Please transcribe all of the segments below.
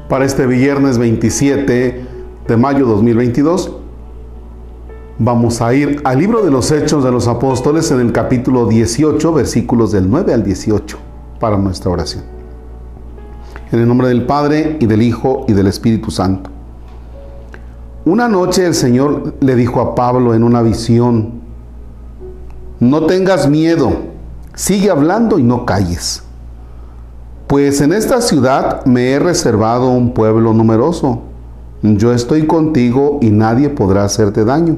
Para este viernes 27 de mayo 2022, vamos a ir al libro de los Hechos de los Apóstoles en el capítulo 18, versículos del 9 al 18, para nuestra oración. En el nombre del Padre, y del Hijo, y del Espíritu Santo. Una noche el Señor le dijo a Pablo en una visión: no tengas miedo, sigue hablando y no calles. Pues en esta ciudad me he reservado un pueblo numeroso. Yo estoy contigo y nadie podrá hacerte daño.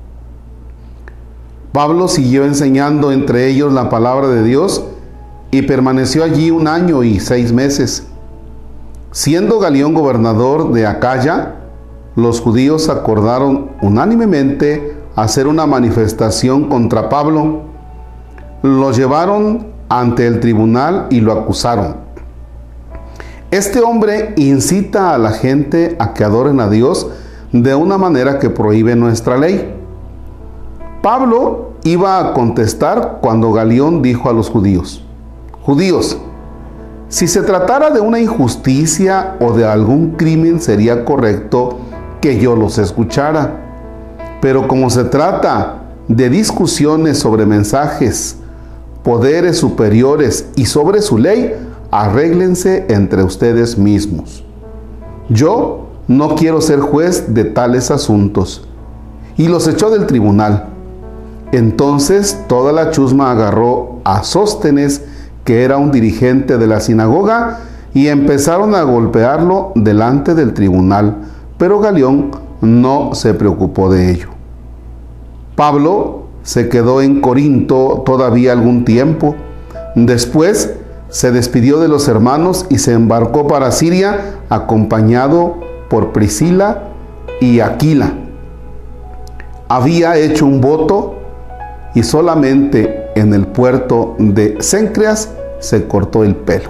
Pablo siguió enseñando entre ellos la palabra de Dios y permaneció allí 1 año y 6 meses. Siendo Galión gobernador de Acaya, los judíos acordaron unánimemente hacer una manifestación contra Pablo. Lo llevaron ante el tribunal y lo acusaron. Este hombre incita a la gente a que adoren a Dios de una manera que prohíbe nuestra ley. Pablo iba a contestar cuando Galión dijo a los judíos: Judíos, si se tratara de una injusticia o de algún crimen, sería correcto que yo los escuchara. Pero como se trata de discusiones sobre mensajes, poderes superiores y sobre su ley, arréglense entre ustedes mismos. Yo no quiero ser juez de tales asuntos. Y los echó del tribunal. Entonces toda la chusma agarró a Sóstenes, que era un dirigente de la sinagoga, y empezaron a golpearlo delante del tribunal, pero Galión no se preocupó de ello. Pablo se quedó en Corinto todavía algún tiempo. Después se despidió de los hermanos y se embarcó para Siria, acompañado por Priscila y Aquila. Había hecho un voto y solamente en el puerto de Cencreas se cortó el pelo.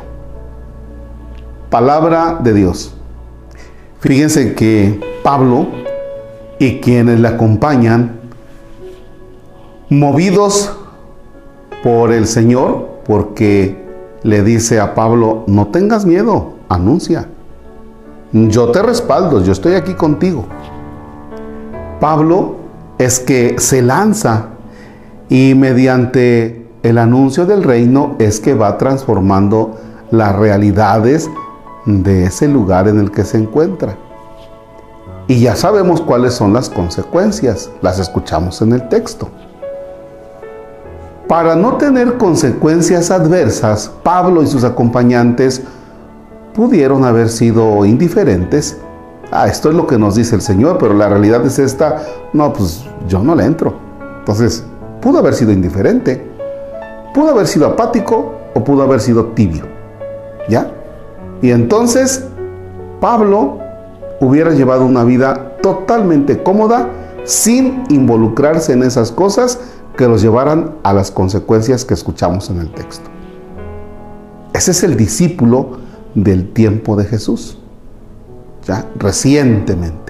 Palabra de Dios. Fíjense que Pablo y quienes le acompañan, movidos por el Señor, porque le dice a Pablo: no tengas miedo, anuncia. Yo te respaldo, yo estoy aquí contigo. Pablo es que se lanza y mediante el anuncio del reino es que va transformando las realidades de ese lugar en el que se encuentra. Y ya sabemos cuáles son las consecuencias, las escuchamos en el texto. Para no tener consecuencias adversas, Pablo y sus acompañantes pudieron haber sido indiferentes. Esto es lo que nos dice el Señor, pero la realidad es esta: no, pues yo no le entro. Entonces, pudo haber sido indiferente, pudo haber sido apático o pudo haber sido tibio. ¿Ya? Y entonces, Pablo hubiera llevado una vida totalmente cómoda, sin involucrarse en esas cosas que los llevaran a las consecuencias que escuchamos en el texto. Ese es el discípulo del tiempo de Jesús, ya recientemente.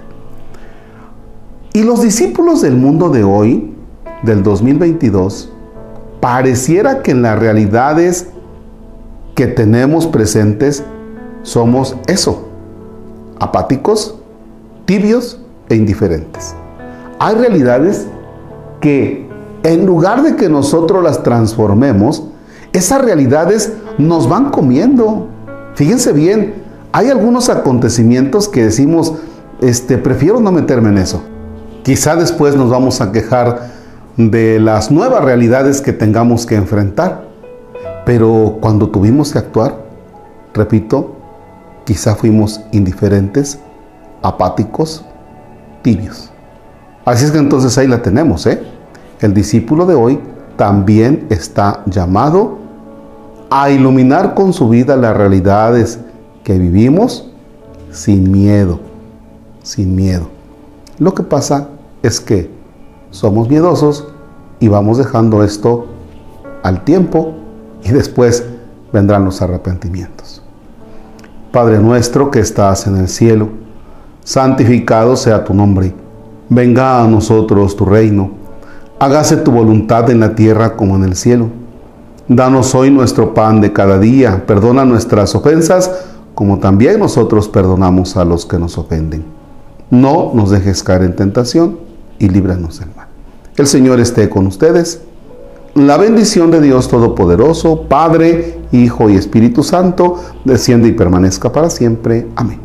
Y los discípulos del mundo de hoy, del 2022, pareciera que en las realidades que tenemos presentes somos eso: apáticos, tibios e indiferentes. Hay realidades que, en lugar de que nosotros las transformemos, esas realidades nos van comiendo. Fíjense bien, hay algunos acontecimientos que decimos, prefiero no meterme en eso. Quizá después nos vamos a quejar de las nuevas realidades que tengamos que enfrentar. Pero cuando tuvimos que actuar, repito, quizá fuimos indiferentes, apáticos, tibios. Así es que entonces ahí la tenemos, El discípulo de hoy también está llamado a iluminar con su vida las realidades que vivimos sin miedo, sin miedo. Lo que pasa es que somos miedosos y vamos dejando esto al tiempo y después vendrán los arrepentimientos. Padre nuestro que estás en el cielo, santificado sea tu nombre. Venga a nosotros tu reino. Hágase tu voluntad en la tierra como en el cielo. Danos hoy nuestro pan de cada día. Perdona nuestras ofensas, como también nosotros perdonamos a los que nos ofenden. No nos dejes caer en tentación y líbranos del mal. El Señor esté con ustedes. La bendición de Dios Todopoderoso, Padre, Hijo y Espíritu Santo, desciende y permanezca para siempre. Amén.